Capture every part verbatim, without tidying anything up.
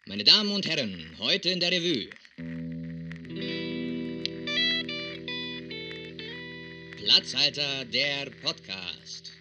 Meine Damen und Herren, heute in der Revue. Platzhalter, der Podcast.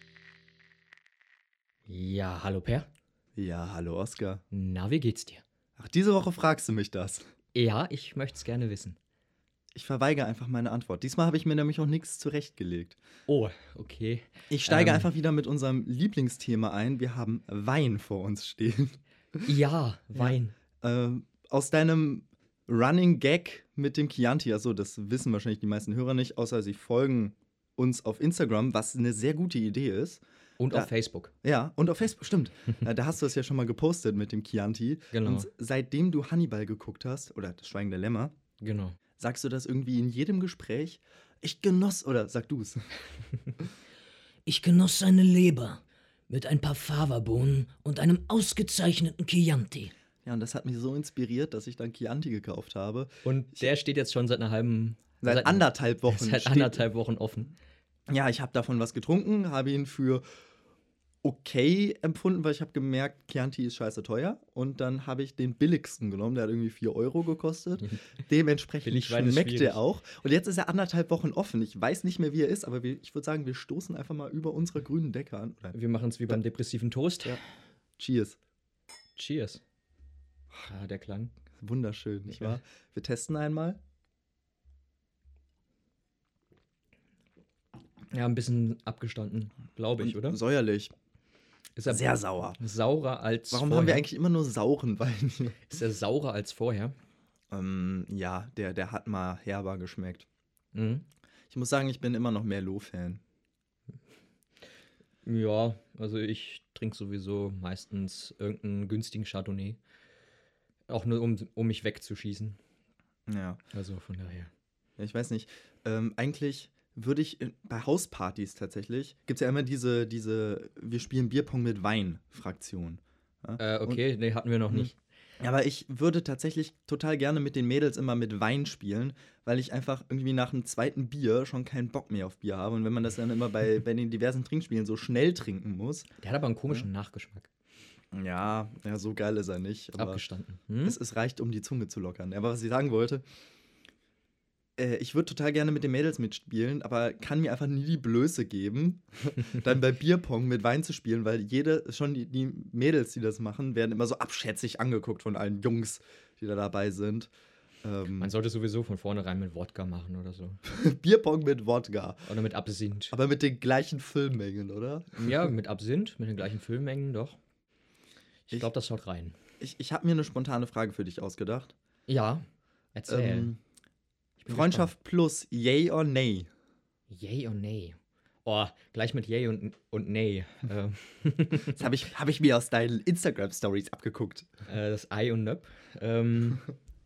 Ja, hallo Per. Ja, hallo Oskar. Na, wie geht's dir? Ach, diese Woche fragst du mich das. Ja, ich möchte es gerne wissen. Ich verweigere einfach meine Antwort. Diesmal habe ich mir nämlich auch nichts zurechtgelegt. Oh, okay. Ich steige Ähm. einfach wieder mit unserem Lieblingsthema ein. Wir haben Wein vor uns stehen. Ja, Wein. Ähm, aus deinem Running Gag mit dem Chianti, also das wissen wahrscheinlich die meisten Hörer nicht, außer sie folgen uns auf Instagram, was eine sehr gute Idee ist. Und Da- auf Facebook. Ja, und auf Facebook, stimmt. Äh, Da hast du es ja schon mal gepostet mit dem Chianti. Genau. Und seitdem du Hannibal geguckt hast, oder das Schweigen der Lämmer, Genau. sagst du das irgendwie in jedem Gespräch? Ich genoss, oder sag du's? Ich genoss seine Leber mit ein paar Fava-Bohnen und einem ausgezeichneten Chianti. Ja, und das hat mich so inspiriert, dass ich dann Chianti gekauft habe. Und der steht jetzt schon seit einer halben... Seit anderthalb Wochen. Seit steht- anderthalb Wochen offen. Ja, ich habe davon was getrunken, habe ihn für okay empfunden, weil ich habe gemerkt, Chianti ist scheiße teuer. Und dann habe ich den billigsten genommen, der hat irgendwie vier Euro gekostet. Dementsprechend Billigwein ist schmeckt schwierig. der auch. Und jetzt ist er anderthalb Wochen offen. Ich weiß nicht mehr, wie er ist, aber wir, ich würde sagen, wir stoßen einfach mal über unsere grünen Decke an. Oder Wir machen es wie beim depressiven Toast. Ja. Cheers. Cheers. Ah, der Klang. Wunderschön, nicht Ja. wahr? Wir testen einmal. Ja, ein bisschen abgestanden, glaube ich, Und oder? Säuerlich. Ist er Sehr sauer. saurer als Warum vorher? haben wir eigentlich immer nur sauren Wein hier? Ist er saurer als vorher? ähm, ja, der, der hat mal herber geschmeckt. Mhm. Ich muss sagen, ich bin immer noch Merlot-Fan. Ja, also ich trinke sowieso meistens irgendeinen günstigen Chardonnay. Auch nur, um, um mich wegzuschießen. Ja. Also von daher. Ja, ich weiß nicht. Ähm, eigentlich würde ich in, bei Hauspartys tatsächlich, gibt es ja immer diese, diese wir spielen Bierpong mit Wein-Fraktion. Ja? Äh, okay, nee, hatten wir noch Mhm. nicht. Aber ich würde tatsächlich total gerne mit den Mädels immer mit Wein spielen, weil ich einfach irgendwie nach dem zweiten Bier schon keinen Bock mehr auf Bier habe. Und wenn man das dann immer bei, bei den diversen Trinkspielen so schnell trinken muss. Der hat aber einen komischen Nachgeschmack. Ja, ja, so geil ist er nicht. Aber Abgestanden. Hm? es, es reicht, um die Zunge zu lockern. Aber was ich sagen wollte, äh, ich würde total gerne mit den Mädels mitspielen, aber kann mir einfach nie die Blöße geben, dann bei Bierpong mit Wein zu spielen, weil jede, schon die, die Mädels, die das machen, werden immer so abschätzig angeguckt von allen Jungs, die da dabei sind. Ähm, Man sollte sowieso von vornherein mit Wodka machen oder so. Bierpong mit Wodka. Oder mit Absinth. Aber mit den gleichen Füllmengen, oder? Ja, mit Absinth, mit den gleichen Füllmengen, doch. Ich Ich- glaube, das schaut rein. Ich, ich habe mir eine spontane Frage für dich ausgedacht. Ja, erzähl. Ähm, Ich bin Freundschaft plus, yay or nay? gespannt. Yay und Nay. Oh, gleich mit Yay und, und Nay. ähm, Das habe ich, hab ich mir aus deinen Instagram-Stories abgeguckt. äh, das Ei und Nöp. Ähm,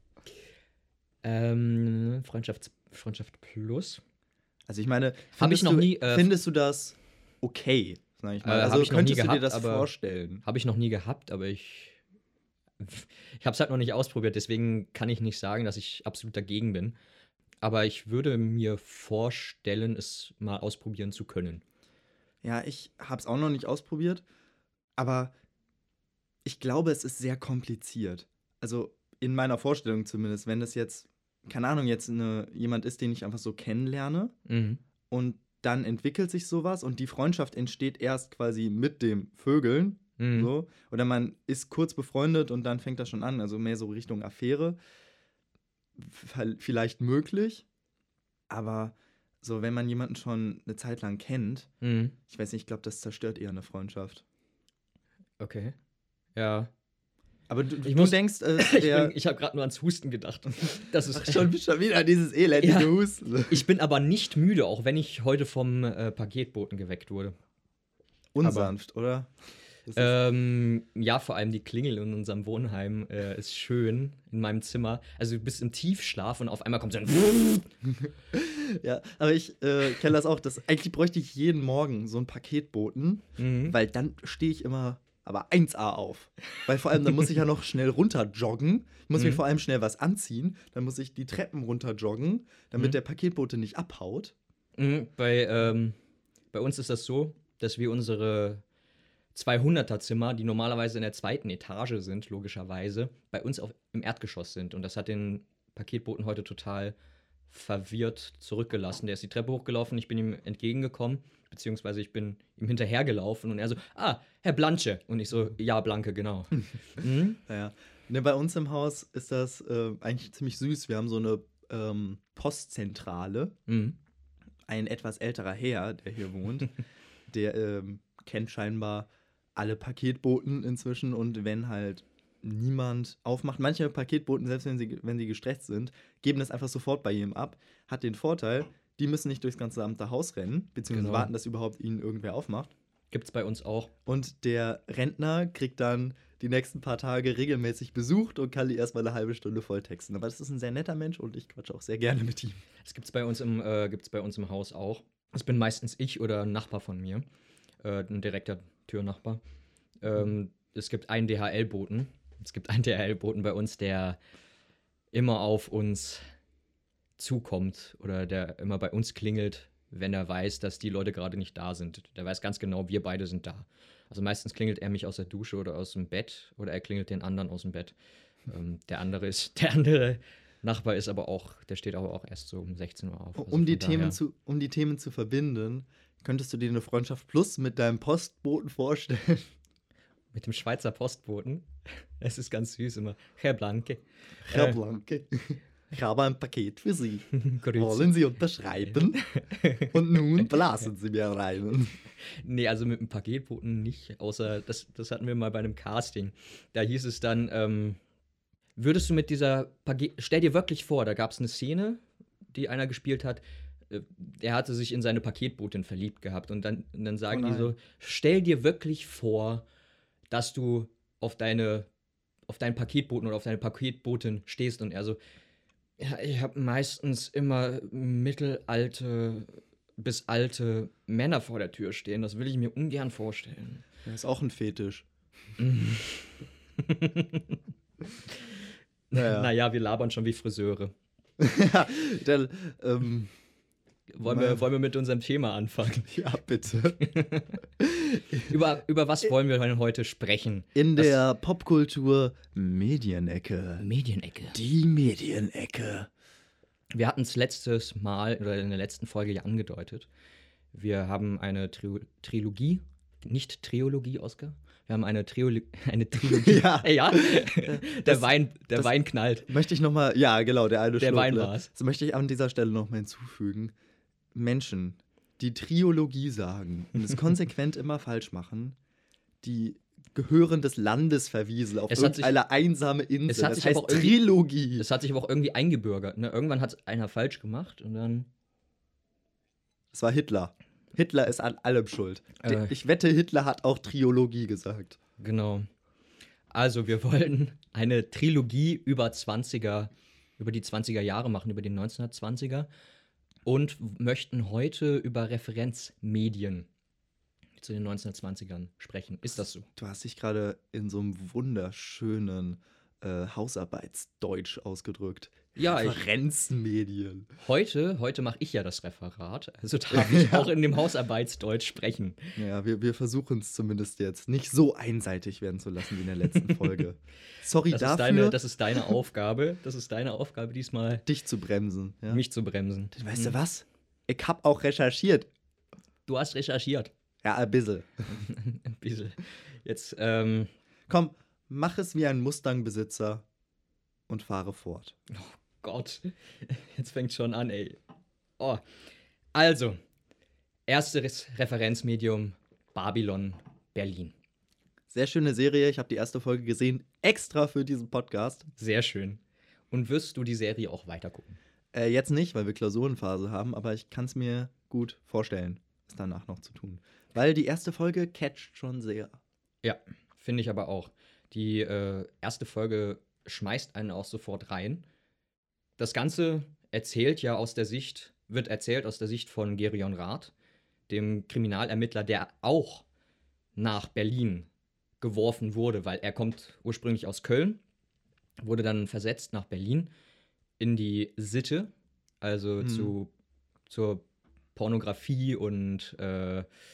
ähm, Freundschaft, Freundschaft Plus. Also ich meine, Hab ich findest noch du, nie, äh, findest du das okay, sag ich mal? Äh, hab also ich noch nie könntest du dir gehabt, das aber- vorstellen? Habe ich noch nie gehabt, aber ich. Ich habe es halt noch nicht ausprobiert, deswegen kann ich nicht sagen, dass ich absolut dagegen bin. Aber ich würde mir vorstellen, es mal ausprobieren zu können. Ja, ich habe es auch noch nicht ausprobiert, aber ich glaube, es ist sehr kompliziert. Also in meiner Vorstellung zumindest, wenn das jetzt, keine Ahnung, jetzt eine, jemand ist, den ich einfach so kennenlerne Mhm. und dann entwickelt sich sowas und die Freundschaft entsteht erst quasi mit dem Vögeln. Mhm. So. Oder man ist kurz befreundet und dann fängt das schon an, also mehr so Richtung Affäre. V- Vielleicht möglich, aber so, wenn man jemanden schon eine Zeit lang kennt, Mhm. ich weiß nicht, ich glaube, das zerstört eher eine Freundschaft. Okay. Ja. Aber du, Ich du muss- denkst, äh, Ich, der, bin- ich habe gerade nur ans Husten gedacht. Das ist Ach, schon, schon wieder dieses elendige Ja. Husten. Ich bin aber nicht müde, auch wenn ich heute vom äh, Paketboten geweckt wurde. Unsanft, oder? Das ist- Ähm, ja, vor allem die Klingel in unserem Wohnheim äh, ist schön in meinem Zimmer. Also du bist im Tiefschlaf und auf einmal kommt so ein Ja, aber ich äh, kenne das auch. Das, eigentlich bräuchte ich jeden Morgen so einen Paketboten, Mhm. weil dann stehe ich immer aber eins A auf. Weil vor allem, dann muss ich ja noch schnell runter joggen. Ich muss mir Mhm. vor allem schnell was anziehen. Dann muss ich die Treppen runter joggen, damit Mhm. der Paketbote nicht abhaut. Mhm, bei, ähm, bei uns ist das so, dass wir unsere zweihunderter-Zimmer, die normalerweise in der zweiten Etage sind, logischerweise, bei uns auf, im Erdgeschoss sind. Und das hat den Paketboten heute total verwirrt zurückgelassen. Der ist die Treppe hochgelaufen, ich bin ihm entgegengekommen, beziehungsweise ich bin ihm hinterhergelaufen und er so, ah, Herr Blanche. Und ich so, ja, Blanke, genau. mhm. Naja. Ne, bei uns im Haus ist das äh, eigentlich ziemlich süß. Wir haben so eine ähm, Postzentrale. Mhm. Ein etwas älterer Herr, der hier wohnt, der ähm, kennt scheinbar alle Paketboten inzwischen und wenn halt niemand aufmacht, manche Paketboten, selbst wenn sie, wenn sie gestresst sind, geben das einfach sofort bei ihm ab. Hat den Vorteil, die müssen nicht durchs ganze gesamte Haus rennen, beziehungsweise Genau. warten, dass überhaupt ihnen irgendwer aufmacht. Gibt's bei uns auch. Und der Rentner kriegt dann die nächsten paar Tage regelmäßig besucht und kann die erstmal eine halbe Stunde volltexten. Aber das ist ein sehr netter Mensch und ich quatsche auch sehr gerne mit ihm. Das gibt's bei uns im, äh, gibt's bei uns im Haus auch. Das bin meistens ich oder ein Nachbar von mir. Äh, ein direkter Türnachbar. Ähm, es gibt einen D H L-Boten. Es gibt einen D H L-Boten bei uns, der immer auf uns zukommt oder der immer bei uns klingelt, wenn er weiß, dass die Leute gerade nicht da sind. Der weiß ganz genau, wir beide sind da. Also meistens klingelt er mich aus der Dusche oder aus dem Bett oder er klingelt den anderen aus dem Bett. Ähm, der andere ist, der andere Nachbar ist aber auch, der steht aber auch erst so um sechzehn Uhr auf. Also Um die, von daher- Themen zu, um die Themen zu verbinden, könntest du dir eine Freundschaft plus mit deinem Postboten vorstellen? Mit dem Schweizer Postboten. Es ist ganz süß immer. Herr Blanke. Herr Äh. Blanke, ich habe ein Paket für Sie. Grüezi. Wollen Sie unterschreiben? Und nun blasen Sie mir rein. Nee, also mit dem Paketboten nicht, außer das, das hatten wir mal bei einem Casting. Da hieß es dann, ähm, würdest du mit dieser Paket, stell dir wirklich vor, da gab es eine Szene, die einer gespielt hat, äh, der hatte sich in seine Paketbotin verliebt gehabt und dann, und dann sagen Oh die nein. so, stell dir wirklich vor, dass du auf deine, auf deinen Paketboten oder auf deine Paketbotin stehst und er so, ja, ich habe meistens immer mittelalte bis alte Männer vor der Tür stehen. Das will ich mir ungern vorstellen. Das ist auch ein Fetisch. Naja. Naja, wir labern schon wie Friseure. Ja, dann, ähm, Wollen wir, Nein. wollen wir mit unserem Thema anfangen? ja, bitte. über, über was wollen wir denn heute sprechen? In Das- der Popkultur Medienecke. Medienecke. Die Medienecke. Wir hatten es letztes Mal oder in der letzten Folge ja angedeutet. Wir haben eine Tri Trilogie, nicht Triologie, Oscar. Wir haben eine, Trioli eine Trilogie. Ja. Äh, ja. Der, Das- Wein, der das- Wein knallt. Möchte ich nochmal, ja, genau, der eine Der Schluck, Wein ne? war's. Das möchte ich an dieser Stelle nochmal hinzufügen. Menschen, die Triologie sagen und es konsequent immer falsch machen, die gehören des Landes verwiesen auf Es hat sich- irgendeine einsame Insel. es hat das sich heißt aber auch irgendwie- Trilogie. Das hat sich aber auch irgendwie eingebürgert. Ne? Irgendwann hat es einer falsch gemacht und dann. Das war Hitler. Hitler ist an allem schuld. Der- Äh. Ich wette, Hitler hat auch Triologie gesagt. Genau. Also, wir wollen eine Trilogie über zwanziger, über die zwanziger Jahre machen, über die neunzehnhundertzwanziger und möchten heute über Referenzmedien zu den neunzehnhundertzwanzigern sprechen. Ist das so? Du hast dich gerade in so einem wunderschönen äh, Hausarbeitsdeutsch ausgedrückt. Ja, ich- Referenzmedien. Heute, heute mache ich ja das Referat, also darf ich Ja. auch in dem Hausarbeitsdeutsch sprechen. Ja, wir, wir versuchen es zumindest jetzt nicht so einseitig werden zu lassen wie in der letzten Folge. Sorry Das ist, dafür, deine, das ist deine Aufgabe. Das ist deine Aufgabe diesmal, dich zu bremsen. Ja? mich zu bremsen. Weißt du Hm. was? Ich hab auch recherchiert. Du hast recherchiert. Ja, ein bisschen. Ein bisschen. Jetzt, ähm, Komm, mach es wie ein Mustang-Besitzer und fahre fort. Gott, jetzt fängt schon an, ey. Oh. Also, erstes Referenzmedium Babylon Berlin. Sehr schöne Serie. Ich habe die erste Folge gesehen, extra für diesen Podcast. Sehr schön. Und wirst du die Serie auch weitergucken? Äh, jetzt nicht, weil wir Klausurenphase haben, aber ich kann es mir gut vorstellen, es danach noch zu tun. Weil die erste Folge catcht schon sehr. Ja, finde ich aber auch. Die äh, erste Folge schmeißt einen auch sofort rein. Das Ganze erzählt ja aus der Sicht, wird erzählt aus der Sicht von Gerion Rath, dem Kriminalermittler, der auch nach Berlin geworfen wurde, weil er kommt ursprünglich aus Köln, wurde dann versetzt nach Berlin in die Sitte, also Hm. zu, zur Pornografie und äh,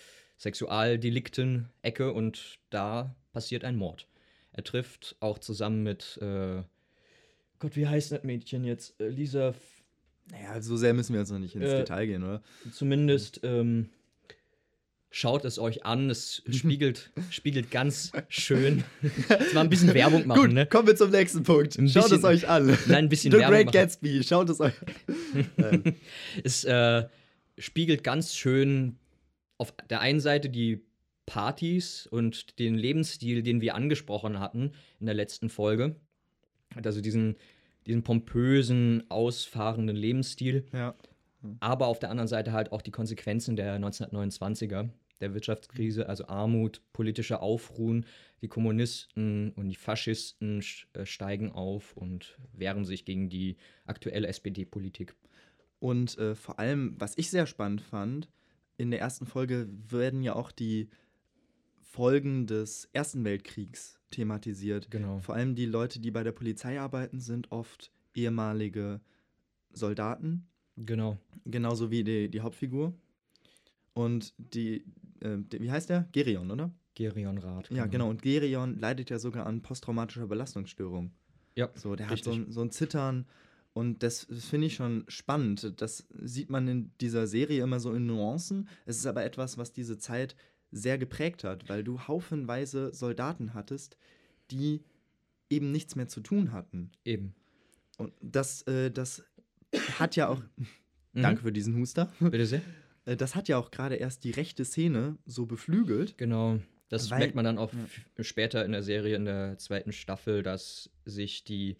Sexualdelikten-Ecke und da passiert ein Mord. Er trifft auch zusammen mit, äh, Gott, wie heißt das Mädchen jetzt? Äh, Lisa, F- Naja, so sehr müssen wir jetzt noch nicht ins Äh, Detail gehen, oder? zumindest ähm, schaut es euch an, es spiegelt, spiegelt ganz schön. Jetzt mal ein bisschen Werbung machen, Gut, ne? kommen wir zum nächsten Punkt. Ein Schaut es bisschen- euch an. Nein, ein bisschen The Werbung Great machen. Gatsby, schaut es euch an. Es äh, spiegelt ganz schön auf der einen Seite die Partys und den Lebensstil, den wir angesprochen hatten in der letzten Folge. Also diesen, diesen pompösen, ausfahrenden Lebensstil. Ja. Aber auf der anderen Seite halt auch die Konsequenzen der neunzehnhundertneunundzwanziger, der Wirtschaftskrise, also Armut, politischer Aufruhen. Die Kommunisten und die Faschisten sch- äh, steigen auf und wehren sich gegen die aktuelle S P D-Politik. Und äh, vor allem, was ich sehr spannend fand, in der ersten Folge werden ja auch die Folgen des Ersten Weltkriegs thematisiert. Genau. Vor allem die Leute, die bei der Polizei arbeiten, sind oft ehemalige Soldaten, Genau. genauso wie die, die Hauptfigur. Und die, äh, die, wie heißt der? Gerion, oder? Gerion Rath. Ja, genau. Und Gerion leidet ja sogar an posttraumatischer Belastungsstörung. Ja, So, der hat richtig. so, ein- so ein Zittern und das, das finde ich schon spannend. Das sieht man in dieser Serie immer so in Nuancen. Es ist aber etwas, was diese Zeit sehr geprägt hat, weil du haufenweise Soldaten hattest, die eben nichts mehr zu tun hatten. Eben. Und das, äh, das hat ja auch, Mhm. danke für diesen Huster, Bitte sehr. äh, das hat ja auch gerade erst die rechte Szene so beflügelt. Genau. Das Weil- merkt man dann auch ja. f- später in der Serie, in der zweiten Staffel, dass sich die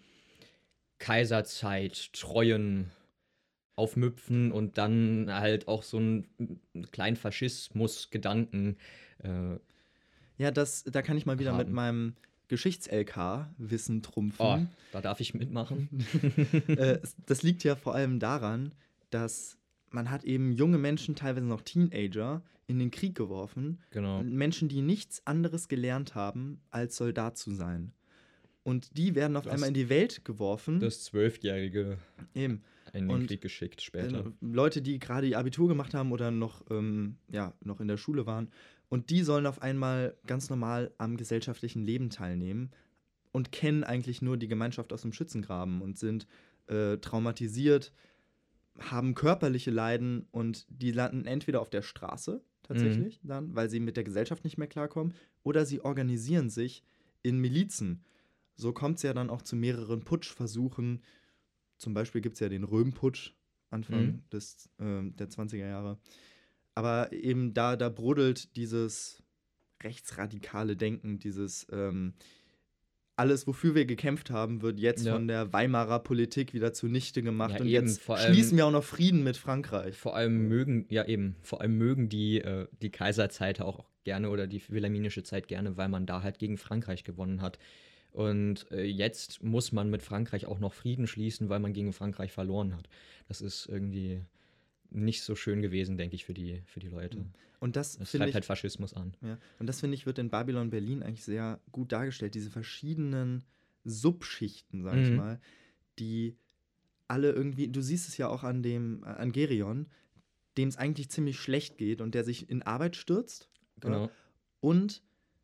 Kaiserzeit Treuen aufmüpfen und dann halt auch so einen kleinen Faschismus-Gedanken. Äh, Ja, das, da kann ich mal wieder mit Haben. meinem Geschichts-L K-Wissen trumpfen. oh, da darf ich mitmachen. äh, es- das liegt ja vor allem daran, dass man hat eben junge Menschen, teilweise noch Teenager, in den Krieg geworfen. Genau. Menschen, die nichts anderes gelernt haben, als Soldat zu sein. Und die werden auf Das- einmal in die Welt geworfen. Das Zwölfjährige eben. in den Und, Krieg geschickt später. Äh, Leute, die gerade ihr Abitur gemacht haben oder noch, ähm, ja, noch in der Schule waren. Und die sollen auf einmal ganz normal am gesellschaftlichen Leben teilnehmen und kennen eigentlich nur die Gemeinschaft aus dem Schützengraben und sind äh, traumatisiert, haben körperliche Leiden und die landen entweder auf der Straße tatsächlich dann, weil sie mit der Gesellschaft nicht mehr klarkommen, oder sie organisieren sich in Milizen. So kommt es ja dann auch zu mehreren Putschversuchen. Zum Beispiel gibt es ja den Röhm-Putsch Anfang Mhm. des, ähm, der zwanziger Jahre. Aber eben da, da brodelt dieses rechtsradikale Denken, dieses ähm, alles, wofür wir gekämpft haben, wird jetzt Ja. von der Weimarer Politik wieder zunichte gemacht. Ja, und eben, jetzt vor allem- schließen wir auch noch Frieden mit Frankreich. Vor allem mögen, ja eben, vor allem mögen die, äh, die Kaiserzeit auch gerne oder die wilhelminische Zeit gerne, weil man da halt gegen Frankreich gewonnen hat. Und äh, jetzt muss man mit Frankreich auch noch Frieden schließen, weil man gegen Frankreich verloren hat. Das ist irgendwie nicht so schön gewesen, denke ich, für die, für die Leute. Und das Das finde treibt ich, halt Faschismus an. ja, und das finde ich, wird in Babylon Berlin eigentlich sehr gut dargestellt. Diese verschiedenen Subschichten, sag ich Mhm. mal, die alle irgendwie, du siehst es ja auch an dem, an Gerion, dem es eigentlich ziemlich schlecht geht und der sich in Arbeit stürzt. Genau. Und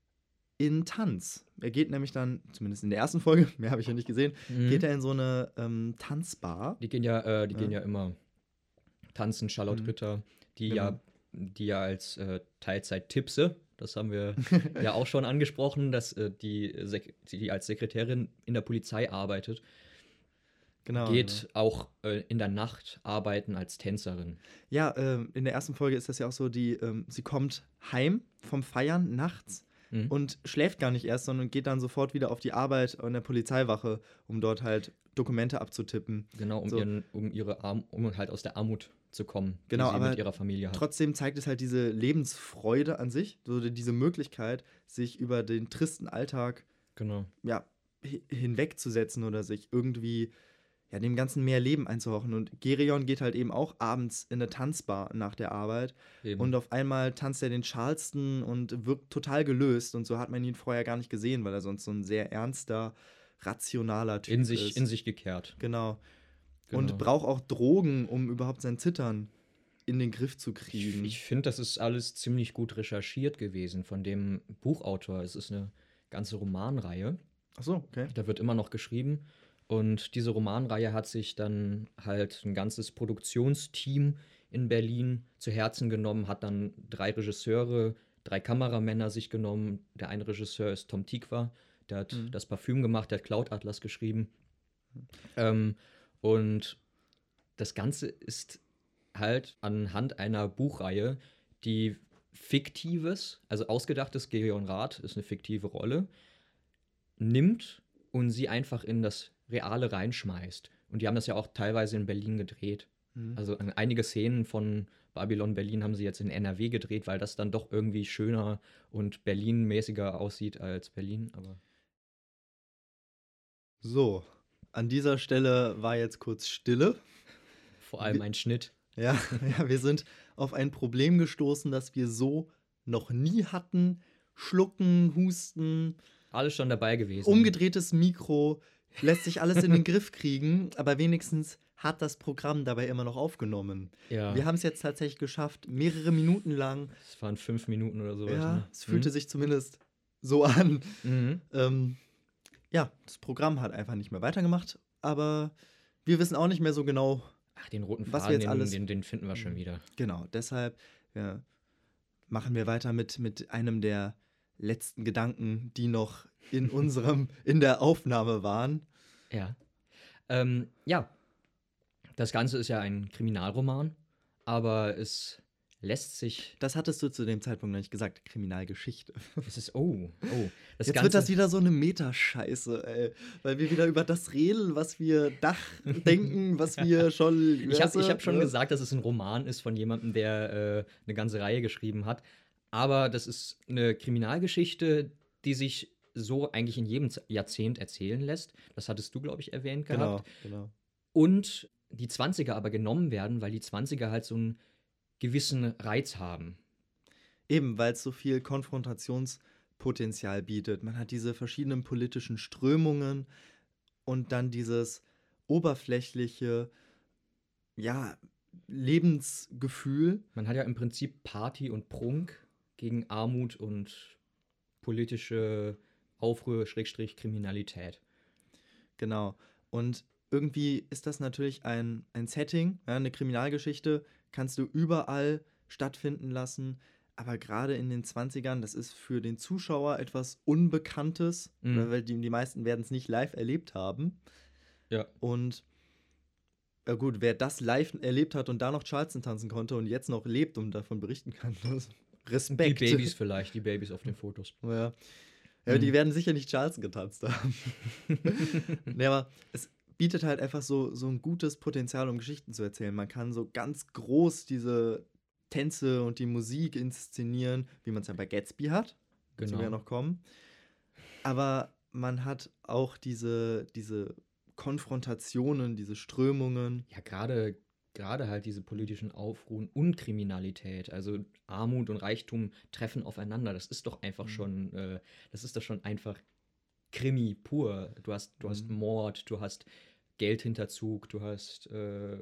in Tanz. Er geht nämlich dann, zumindest in der ersten Folge, mehr habe ich ja nicht gesehen, Mhm. geht er in so eine ähm, Tanzbar. Die gehen ja, äh, die Ja. gehen ja immer tanzen, Charlotte Mhm. Ritter, die Genau. ja, die ja als äh, Teilzeit-Tipse, das haben wir ja auch schon angesprochen, dass äh, die, Sek die als Sekretärin in der Polizei arbeitet, Genau. geht genau. auch äh, in der Nacht arbeiten als Tänzerin. Ja, ähm, in der ersten Folge ist das ja auch so, die, ähm, sie kommt heim vom Feiern nachts Mhm. und schläft gar nicht erst, sondern geht dann sofort wieder auf die Arbeit an der Polizeiwache, um dort halt Dokumente abzutippen. Genau, um, So. ihren, um ihre Arm, um halt aus der Armut zu kommen, Genau, die sie aber mit ihrer Familie hat. Trotzdem zeigt es halt diese Lebensfreude an sich, so die- diese Möglichkeit, sich über den tristen Alltag Genau. ja, hi- hinwegzusetzen oder sich irgendwie ja, dem Ganzen mehr Leben einzuhauchen. Und Gerion geht halt eben auch abends in eine Tanzbar nach der Arbeit Eben. und auf einmal tanzt er den Charleston und wirkt total gelöst und so hat man ihn vorher gar nicht gesehen, weil er sonst so ein sehr ernster, rationaler Typ in sich, ist. in sich gekehrt. Genau. Genau. Und braucht auch Drogen, um überhaupt sein Zittern in den Griff zu kriegen. Ich, ich finde, das ist alles ziemlich gut recherchiert gewesen von dem Buchautor. Es ist eine ganze Romanreihe. Ach so, okay. Da wird immer noch geschrieben. Und diese Romanreihe hat sich dann halt ein ganzes Produktionsteam in Berlin zu Herzen genommen, hat dann drei Regisseure, drei Kameramänner sich genommen. Der eine Regisseur ist Tom Tykwer, der hat Mhm. das Parfüm gemacht, der hat Cloud Atlas geschrieben. Ähm, und das Ganze ist halt anhand einer Buchreihe, die fiktives, also ausgedachtes Gereon Rath ist eine fiktive Rolle, nimmt und sie einfach in das Reale reinschmeißt. Und die haben das ja auch teilweise in Berlin gedreht. Mhm. Also an- einige Szenen von Babylon Berlin haben sie jetzt in N R W gedreht, weil das dann doch irgendwie schöner und Berlin-mäßiger aussieht als Berlin. Aber So, an dieser Stelle war jetzt kurz Stille. vor allem ein Schnitt. Ja, ja, wir sind auf ein Problem gestoßen, das wir so noch nie hatten. Schlucken, Husten, Alles schon dabei gewesen. umgedrehtes Mikro, lässt sich alles in den Griff kriegen, aber wenigstens hat das Programm dabei immer noch aufgenommen. Ja, Wir haben es jetzt tatsächlich geschafft, mehrere Minuten lang. es waren fünf Minuten oder so. Ja, es fühlte sich zumindest so an. Mhm. Ähm, ja, das Programm hat einfach nicht mehr weitergemacht, aber wir wissen auch nicht mehr so genau, Ach, den roten Was wir Faden, jetzt den, alles- den, den finden wir schon wieder. genau. Deshalb ja, machen wir weiter mit, mit einem der letzten Gedanken, die noch in unserem, in der Aufnahme waren. Ja. Ähm, ja, das Ganze ist ja ein Kriminalroman, aber es lässt sich. Das hattest du zu dem Zeitpunkt noch nicht gesagt, Kriminalgeschichte. Es ist. Oh, oh. Das Jetzt Ganze, wird das wieder so eine Metascheiße, ey. Weil wir wieder über das reden, was wir Dach denken, was wir schon. Ich habe ich hab weißt du, schon ne? gesagt, dass es ein Roman ist von jemandem, der äh, eine ganze Reihe geschrieben hat. Aber das ist eine Kriminalgeschichte, die sich so eigentlich in jedem Z- Jahrzehnt erzählen lässt. Das hattest du, glaube ich, erwähnt gehabt. Genau, genau. Und die zwanziger aber genommen werden, weil die zwanziger halt so einen gewissen Reiz haben. Eben, weil es so viel Konfrontationspotenzial bietet. Man hat diese verschiedenen politischen Strömungen und dann dieses oberflächliche, ja, Lebensgefühl. Man hat ja im Prinzip Party und Prunk gegen Armut und politische Aufruhr, Schrägstrich, Kriminalität. Genau. Und irgendwie ist das natürlich ein, ein Setting, ja, eine Kriminalgeschichte kannst du überall stattfinden lassen. Aber gerade in den zwanzigern, das ist für den Zuschauer etwas Unbekanntes, Mhm. weil- weil die, die meisten werden es nicht live erlebt haben. Ja. Und ja gut, wer das live erlebt hat und da noch Charleston tanzen konnte und jetzt noch lebt und davon berichten kann, das Die Respekt. Babys vielleicht, die Babys auf den Fotos. Ja, ja Mhm. die werden sicher nicht Charleston getanzt haben. Nee, aber es bietet halt einfach so, so ein gutes Potenzial, um Geschichten zu erzählen. Man kann so ganz groß diese Tänze und die Musik inszenieren, wie man es ja bei Gatsby hat. Dazu Genau. wir ja noch kommen. Aber man hat auch diese, diese Konfrontationen, diese Strömungen. Ja, gerade gerade halt diese politischen Aufruhen und Kriminalität, also Armut und Reichtum treffen aufeinander. Das ist doch einfach Mhm. schon, äh, das ist doch schon einfach Krimi pur. Du hast, du hast Mhm. Mord, du hast Geldhinterzug, du hast äh,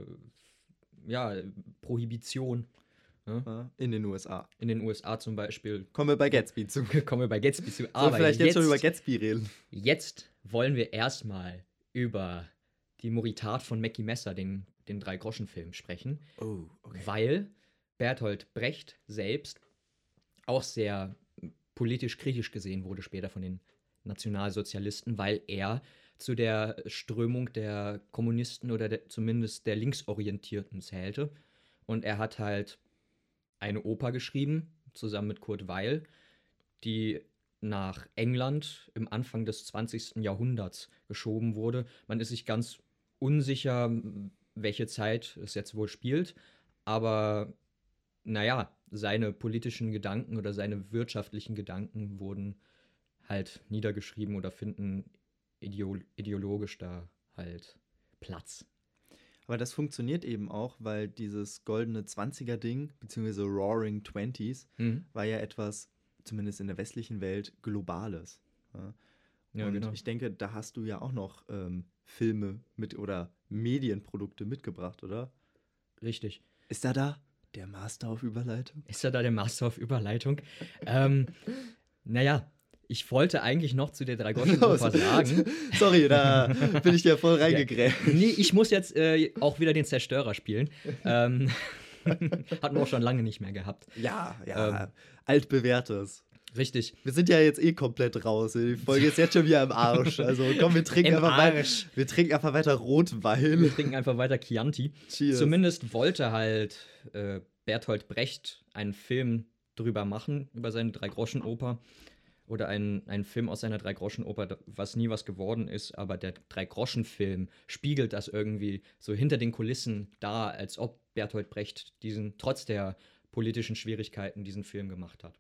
ja Prohibition. Ne? Ja, in den U S A. In den U S A zum Beispiel. Kommen wir bei Gatsby zu. Kommen wir bei Gatsby zu. Sollen wir Aber vielleicht jetzt, jetzt, schon über Gatsby reden? jetzt wollen wir erstmal über die Moritat von Mackie Messer, den, den Drei-Groschen-Film, sprechen. Oh, Weil Bertolt Brecht selbst auch sehr politisch kritisch gesehen wurde später von den Nationalsozialisten, weil er zu der Strömung der Kommunisten oder der, zumindest der Linksorientierten zählte. Und er hat halt eine Oper geschrieben, zusammen mit Kurt Weill, die nach England im Anfang des zwanzigsten Jahrhunderts geschoben wurde. Man ist sich ganz unsicher, welche Zeit es jetzt wohl spielt, aber naja, seine politischen Gedanken oder seine wirtschaftlichen Gedanken wurden halt niedergeschrieben oder finden ideo- ideologisch da halt Platz. Aber das funktioniert eben auch, weil dieses goldene Zwanziger-Ding, beziehungsweise Roaring Twenties, Mhm. war ja etwas, zumindest in der westlichen Welt, Globales. Ja. Ja, Und genau. ich denke, da hast du ja auch noch ähm, Filme mit oder Medienprodukte mitgebracht, oder? Richtig. Ist er da? Der Master auf Überleitung? Ist er da der Master auf Überleitung? ähm, naja, ich wollte eigentlich noch zu der Dreigroschenoper sagen. Sorry, da bin ich dir voll reingegrätscht. Ja, nee, ich muss jetzt äh, auch wieder den Zerstörer spielen. ähm, hatten wir auch schon lange nicht mehr gehabt. Ja, ja, Ähm, altbewährtes. Richtig. Wir sind ja jetzt eh komplett raus. Die Folge ist jetzt schon wieder im Arsch. Also komm, wir trinken, Im einfach, wei- Arsch. wir trinken einfach weiter Rotwein. Wir trinken einfach weiter Chianti. Cheers. Zumindest wollte halt äh, Bertolt Brecht einen Film drüber machen, über seine Dreigroschenoper. Oder einen, einen Film aus seiner Dreigroschenoper, was nie was geworden ist. Aber der Dreigroschenfilm spiegelt das irgendwie so hinter den Kulissen dar, als ob Bertolt Brecht diesen, trotz der politischen Schwierigkeiten, diesen Film gemacht hat.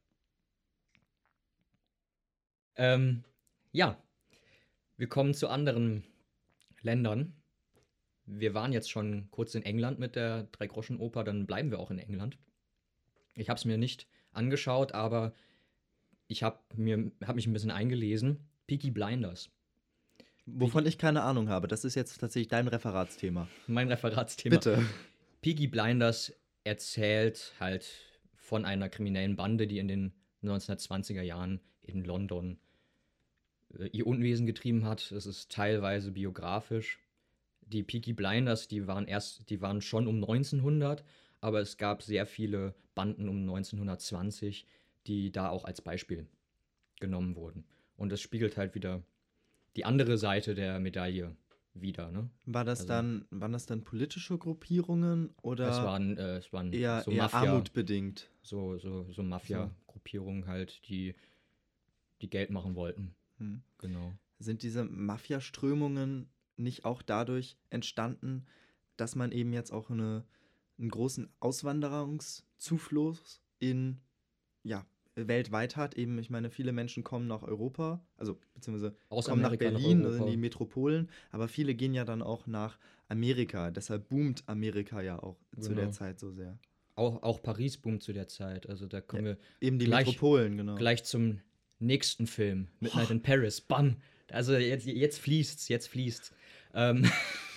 Ähm, ja, wir kommen zu anderen Ländern. Wir waren jetzt schon kurz in England mit der Dreigroschenoper, dann bleiben wir auch in England. Ich habe es mir nicht angeschaut, aber ich habe mir hab mich ein bisschen eingelesen. Peaky Blinders, Wovon ich keine Ahnung habe. Das ist jetzt tatsächlich dein Referatsthema. mein Referatsthema. Bitte. Peaky Blinders erzählt halt von einer kriminellen Bande, die in den neunzehnhundertzwanziger Jahren in London äh, ihr Unwesen getrieben hat. Es ist teilweise biografisch. Die Peaky Blinders, die waren erst, die waren schon um neunzehnhundert, aber es gab sehr viele Banden um neunzehnhundertzwanzig, die da auch als Beispiel genommen wurden. Und das spiegelt halt wieder die andere Seite der Medaille wider. Ne? War das Also- dann, waren das dann politische Gruppierungen oder Es waren, äh, es waren eher, so eher Mafia, armutbedingt? so, so, so Mafia-Gruppierungen halt, die, die Geld machen wollten. Hm. Genau. Sind diese Mafia-Strömungen nicht auch dadurch entstanden, dass man eben jetzt auch eine, einen großen Auswanderungszufluss in, ja, weltweit hat? Eben, ich meine, viele Menschen kommen nach Europa, also beziehungsweise Aus kommen nach Amerika nach Berlin, also Europa. in die Metropolen, aber viele gehen ja dann auch nach Amerika. Deshalb boomt Amerika ja auch zu Genau. der Zeit so sehr. Auch, auch Paris boomt zu der Zeit. Also da kommen wir Eben die Gleich- Metropolen, genau. gleich zum nächsten Film. Midnight in Paris. Bam! Also jetzt, jetzt fließt's, jetzt fließt's. Ähm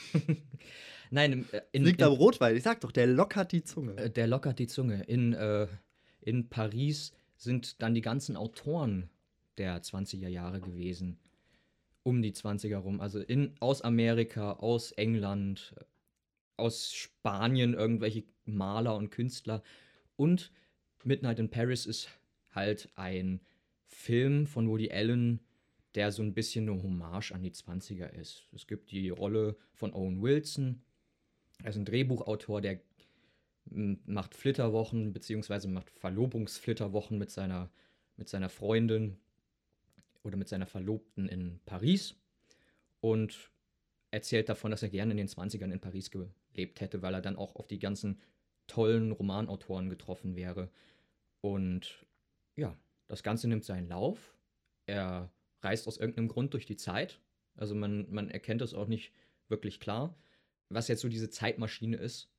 Nein, im- äh, in, Liegt in, am Rotwein, ich sag doch, der lockert die Zunge. äh, der lockert die Zunge. In, äh, in Paris sind dann die ganzen Autoren der zwanziger Jahre gewesen. Um die zwanziger rum. Also in, aus Amerika, aus England, äh, aus Spanien irgendwelche Maler und Künstler. Und Midnight in Paris ist halt ein Film von Woody Allen, der so ein bisschen eine Hommage an die zwanziger ist. Es gibt die Rolle von Owen Wilson. Er ist ein Drehbuchautor, der m, macht Flitterwochen, beziehungsweise macht Verlobungsflitterwochen mit seiner, mit seiner Freundin oder mit seiner Verlobten in Paris und erzählt davon, dass er gerne in den zwanzigern in Paris gelebt hätte, weil er dann auch auf die ganzen tollen Romanautoren getroffen wäre. Und ja, das Ganze nimmt seinen Lauf. Er reist aus irgendeinem Grund durch die Zeit. Also man, man erkennt es auch nicht wirklich klar, was jetzt so diese Zeitmaschine ist.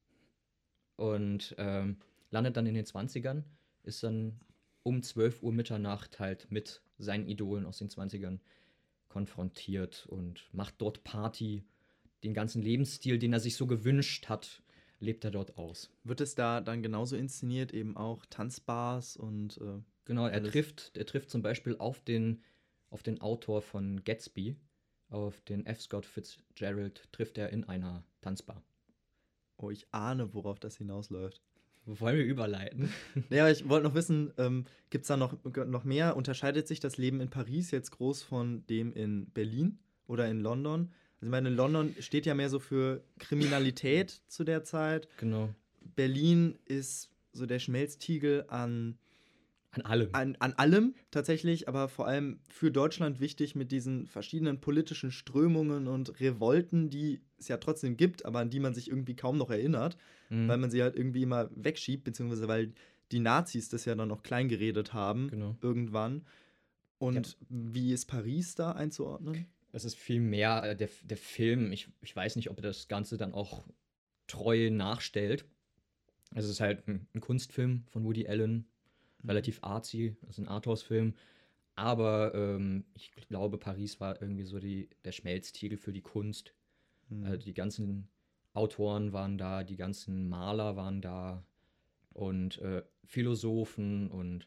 Und ähm, landet dann in den zwanzigern, ist dann um zwölf Uhr Mitternacht halt mit seinen Idolen aus den zwanzigern konfrontiert und macht dort Party. Den ganzen Lebensstil, den er sich so gewünscht hat, lebt er dort aus. Wird es da dann genauso inszeniert, eben auch Tanzbars und äh, Genau, er Alles. trifft, er trifft zum Beispiel auf den, auf den Autor von Gatsby, auf den F. Scott Fitzgerald, trifft er in einer Tanzbar. oh, ich ahne, worauf das hinausläuft. Wollen wir überleiten? Nee, aber ich wollte noch wissen, ähm, gibt es da noch, noch mehr? Unterscheidet sich das Leben in Paris jetzt groß von dem in Berlin oder in London? Also ich meine, London steht ja mehr so für Kriminalität zu der Zeit. Genau. Berlin ist so der Schmelztiegel an, An allem. an, an allem tatsächlich, aber vor allem für Deutschland wichtig mit diesen verschiedenen politischen Strömungen und Revolten, die es ja trotzdem gibt, aber an die man sich irgendwie kaum noch erinnert, Mhm. weil man sie halt irgendwie immer wegschiebt, beziehungsweise weil die Nazis das ja dann noch klein geredet haben, Genau. irgendwann. Und wie ist Paris da einzuordnen? Es ist viel mehr äh, der, der Film. Ich, ich weiß nicht, ob er das Ganze dann auch treu nachstellt. Es ist halt ein, ein Kunstfilm von Woody Allen, relativ artsy, es ist ein Arthouse-Film. Aber ähm, ich glaube, Paris war irgendwie so die, der Schmelztiegel für die Kunst. Mhm. Also die ganzen Autoren waren da, die ganzen Maler waren da. und äh, Philosophen und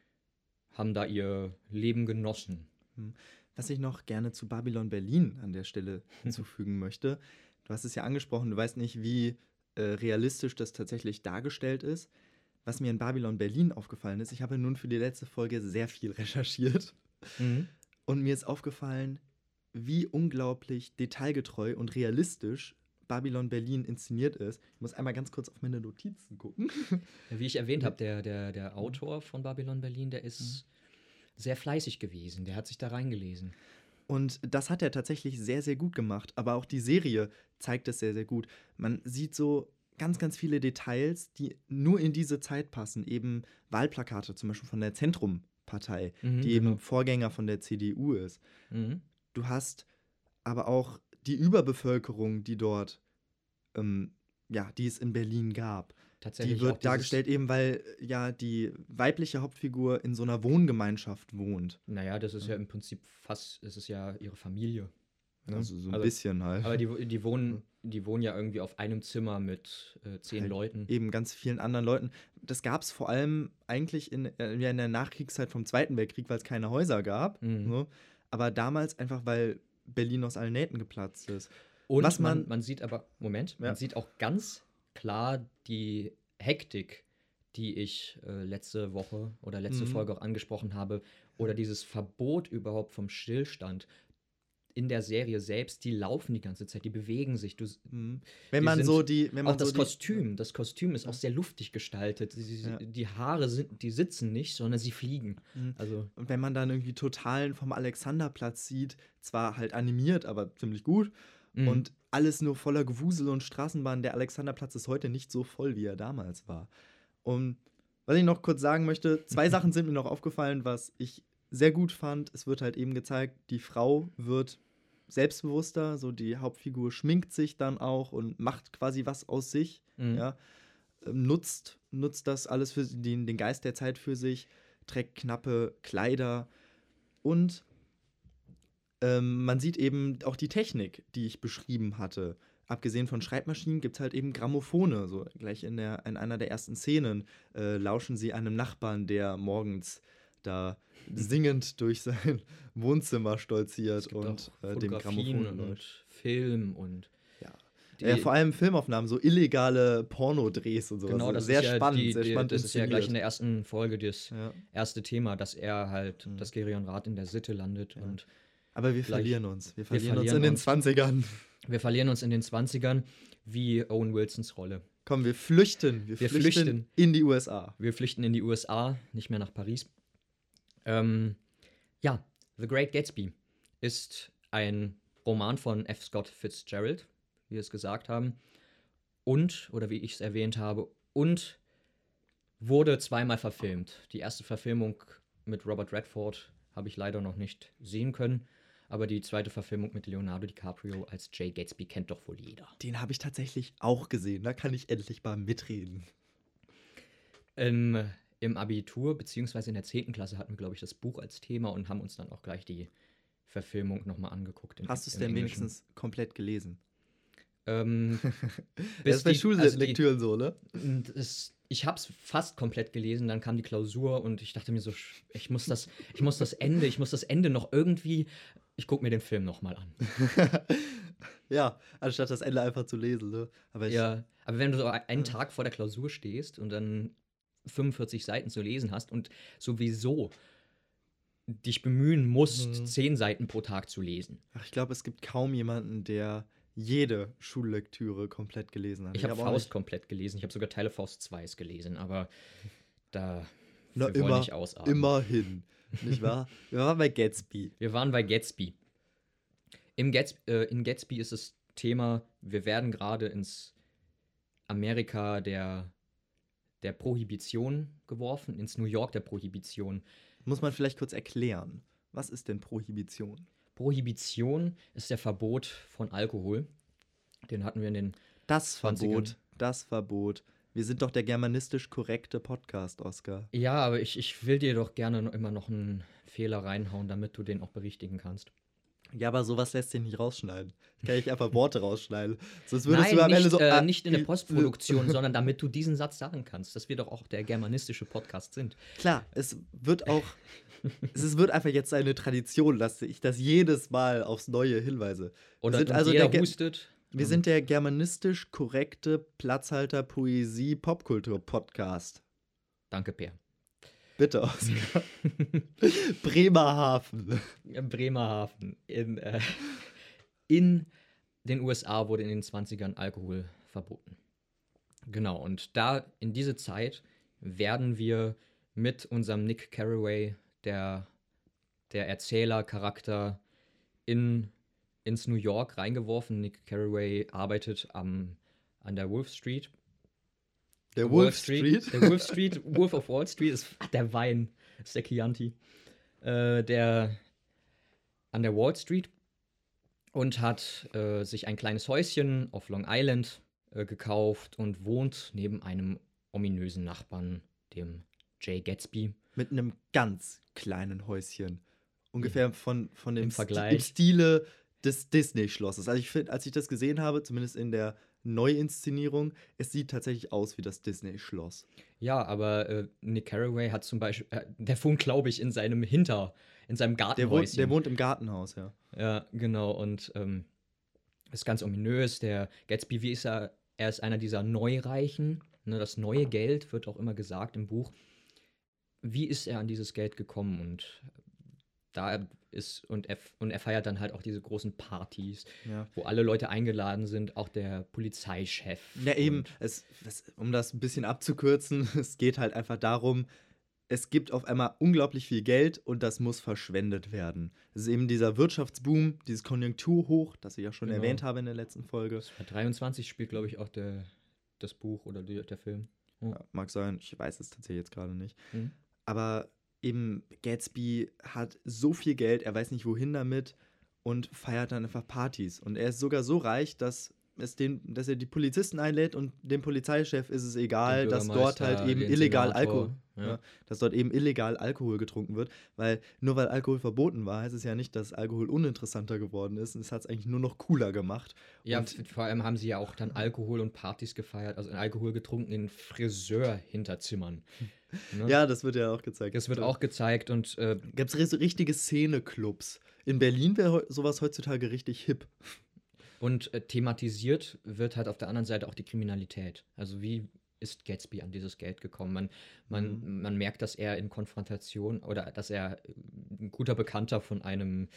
haben da ihr Leben genossen. Was ich noch gerne zu Babylon Berlin an der Stelle hinzufügen möchte, du hast es ja angesprochen, du weißt nicht, wie äh, realistisch das tatsächlich dargestellt ist. Was mir in Babylon Berlin aufgefallen ist, ich habe nun für die letzte Folge sehr viel recherchiert Mhm. und mir ist aufgefallen, wie unglaublich detailgetreu und realistisch Babylon Berlin inszeniert ist. Ich muss einmal ganz kurz auf meine Notizen gucken. Wie ich erwähnt habe, der, der, der Autor von Babylon Berlin, der ist sehr fleißig gewesen. Der hat sich da reingelesen. Und das hat er tatsächlich sehr, sehr gut gemacht. Aber auch die Serie zeigt es sehr, sehr gut. Man sieht so ganz, ganz viele Details, die nur in diese Zeit passen. Eben Wahlplakate zum Beispiel von der Zentrumpartei, Mhm, die eben genau. Vorgänger von der C D U ist. Mhm. Du hast aber auch die Überbevölkerung, die dort, ähm, ja, die es in Berlin gab. Tatsächlich Die wird auch dieses- dargestellt eben, weil äh, ja die weibliche Hauptfigur in so einer Wohngemeinschaft wohnt. Naja, das ist ja im Prinzip fast, es ist ja ihre Familie. Ne? Also so ein Also- bisschen halt. Aber die, die, wohnen, die wohnen ja irgendwie auf einem Zimmer mit äh, zehn Halt Leuten. Eben ganz vielen anderen Leuten. Das gab es vor allem eigentlich in, äh, ja, in der Nachkriegszeit vom Zweiten Weltkrieg, weil es keine Häuser gab. Mhm. So. Aber damals einfach, weil Berlin aus allen Nähten geplatzt ist. Und Was man, man- man sieht aber, Moment, Ja. man sieht auch ganz klar die Hektik, die ich äh, letzte Woche oder letzte Mhm. Folge auch angesprochen habe, oder dieses Verbot überhaupt vom Stillstand in der Serie selbst, die laufen die ganze Zeit, die bewegen sich. Du, Mhm. Wenn Die man sind- so die. Wenn man auch das so die, Kostüm, das Kostüm ist auch sehr luftig gestaltet. Die, Ja. die Haare sind, die sitzen nicht, sondern sie fliegen. Mhm. Also Und wenn man dann irgendwie Totalen vom Alexanderplatz sieht, zwar halt animiert, aber ziemlich gut. mhm. Und alles nur voller Gewusel und Straßenbahnen. Der Alexanderplatz ist heute nicht so voll, wie er damals war. Und was ich noch kurz sagen möchte, zwei Sachen sind mir noch aufgefallen, was ich sehr gut fand. Es wird halt eben gezeigt, die Frau wird selbstbewusster, so die Hauptfigur schminkt sich dann auch und macht quasi was aus sich, Mhm. ja. Ähm, Nutzt, nutzt das alles für den, den Geist der Zeit für sich, trägt knappe Kleider und ähm, man sieht eben auch die Technik, die ich beschrieben hatte. Abgesehen von Schreibmaschinen gibt es halt eben Grammophone. So gleich in, der, in einer der ersten Szenen äh, lauschen sie einem Nachbarn, der morgens da singend durch sein Wohnzimmer es stolziert gibt und auch äh, dem Fotografien Grammophon und läuft. Film und Ja. die- Äh, vor allem Filmaufnahmen, so illegale Pornodrehs und sowas. genau, Also das sehr ist ja spannend, die, sehr die, spannend das ist ja gleich in der inszeniert. ersten Folge das Ja. erste Thema, dass er halt, Mhm. das Gerionrat in der Sitte landet Ja. und Aber wir Gleich- verlieren uns. Wir verlieren, verlieren uns in den uns. zwanzigern. wir verlieren uns in den zwanzigern wie Owen Wilsons Rolle. Komm, wir flüchten. Wir, Wir flüchten, flüchten. in die U S A. Wir flüchten in die U S A, nicht mehr nach Paris. Ähm, ja, The Great Gatsby ist ein Roman von F. Scott Fitzgerald, wie wir es gesagt haben. Und, oder wie ich es erwähnt habe, und wurde zweimal verfilmt. Die erste Verfilmung mit Robert Redford habe ich leider noch nicht sehen können. Aber die zweite Verfilmung mit Leonardo DiCaprio als Jay Gatsby kennt doch wohl jeder. Den habe ich tatsächlich auch gesehen. Da kann ich endlich mal mitreden. Im, Im Abitur, beziehungsweise in der zehnten Klasse, hatten wir, glaube ich, das Buch als Thema und haben uns dann auch gleich die Verfilmung nochmal angeguckt. in- Hast du es im denn Englischen. wenigstens komplett gelesen? Ähm, Das bis ist bei die- Schullektüren so, ne? Und es, ich habe es fast komplett gelesen, dann kam die Klausur und ich dachte mir so, sch- ich muss das, ich muss das Ende, ich muss das Ende noch irgendwie, ich gucke mir den Film nochmal an. Ja, anstatt das Ende einfach zu lesen, ne? Aber ich, Ja, aber wenn du so einen Tag vor der Klausur stehst und dann fünfundvierzig Seiten zu lesen hast und sowieso dich bemühen musst, Mhm. zehn Seiten pro Tag zu lesen. ach, ich glaube, es gibt kaum jemanden, der jede Schullektüre komplett gelesen hat. Ich habe hab auch Faust nicht- komplett gelesen, ich habe sogar Teile Faust zwei gelesen, aber da Na, wir wollen immer- nicht ausatmen. Immerhin, nicht wahr? Wir waren bei Gatsby. Wir waren bei Gatsby. Im Gats äh, in Gatsby ist das Thema, wir werden gerade ins Amerika der, der Prohibition geworfen, ins New York der Prohibition. Muss man vielleicht kurz erklären. Was ist denn Prohibition? Prohibition ist der Verbot von Alkohol. Den hatten wir in den. Das zwanzigern. Verbot. Das Verbot. Wir sind doch der germanistisch korrekte Podcast, Oscar. Ja, aber ich, ich will dir doch gerne noch immer noch einen Fehler reinhauen, damit du den auch berichtigen kannst. Ja, aber sowas lässt sich nicht rausschneiden. Da kann ich einfach Worte rausschneiden. Sonst würdest Nein, du am nicht, Ende so. äh, ah, nicht in der äh, Postproduktion, sondern damit du diesen Satz sagen kannst, dass wir doch auch der germanistische Podcast sind. Klar, es wird auch. Es wird einfach jetzt eine Tradition, dass ich das jedes Mal aufs Neue hinweise. Oder sind und also jeder der Ge- hustet. Wir sind der germanistisch korrekte Platzhalter Poesie Popkultur Podcast. Danke, Per. Bitte, Oskar. Bremerhaven. Bremerhaven. In, äh, in den U S A wurde in den zwanzigern Alkohol verboten. Genau, und da in diese Zeit werden wir mit unserem Nick Carraway, der, der Erzählercharakter, in, ins New York reingeworfen. Nick Carraway arbeitet am, an der Wolf Street. Der Wolf Street. Der Wolf Street, Wolf of Wall Street ist ach, der Wein, ist der Chianti. Äh, der an der Wall Street und hat äh, sich ein kleines Häuschen auf Long Island äh, gekauft und wohnt neben einem ominösen Nachbarn, dem Jay Gatsby. Mit einem ganz kleinen Häuschen. Ungefähr von, von dem Im Sti- Vergleich. im Stile des Disney-Schlosses. Also ich finde, als ich das gesehen habe, zumindest in der Neuinszenierung, es sieht tatsächlich aus wie das Disney-Schloss. Ja, aber äh, Nick Carraway hat zum Beispiel, äh, der wohnt, glaube ich, in seinem Hinter, in seinem Der wohnt, Gartenhäuschen. der wohnt im Gartenhaus, ja. Ja, genau. Und ähm, ist ganz ominös. Der Gatsby, wie ist er? Er ist einer dieser Neureichen. Ne, das neue Geld wird auch immer gesagt im Buch. Wie ist er an dieses Geld gekommen? Und da ist, und er, und er feiert dann halt auch diese großen Partys, ja. wo alle Leute eingeladen sind, auch der Polizeichef. Ja, eben, Und es, es, um das ein bisschen abzukürzen, es geht halt einfach darum, es gibt auf einmal unglaublich viel Geld und das muss verschwendet werden. Es ist eben dieser Wirtschaftsboom, dieses Konjunkturhoch, das ich ja schon Genau. erwähnt habe in der letzten Folge. bei dreiundzwanzig spielt, glaube ich, auch der, das Buch oder die, der Film. Ja, mag sein, ich weiß es tatsächlich jetzt gerade nicht. Mhm. Aber eben Gatsby hat so viel Geld, er weiß nicht wohin damit und feiert dann einfach Partys. Und er ist sogar so reich, dass, es den, dass er die Polizisten einlädt und dem Polizeichef ist es egal, Den dass dort halt Bürgermeister, eben den illegal Senator, Alkohol, ja. ja, dass dort eben illegal Alkohol getrunken wird, weil nur weil Alkohol verboten war, heißt es ja nicht, dass Alkohol uninteressanter geworden ist. Und es hat es eigentlich nur noch cooler gemacht. Ja, Und- f- vor allem haben sie ja auch dann Alkohol und Partys gefeiert, also Alkohol getrunken in Friseur-Hinterzimmern. Ne? Ja, das wird ja auch gezeigt. Das wird auch gezeigt und äh, Gab es so richtige Szene-Clubs. In Berlin wäre heu- sowas heutzutage richtig hip. Und äh, thematisiert wird halt auf der anderen Seite auch die Kriminalität. Also wie ist Gatsby an dieses Geld gekommen? Man, man, Mhm. man merkt, dass er in Konfrontation oder dass er äh, ein guter Bekannter von einem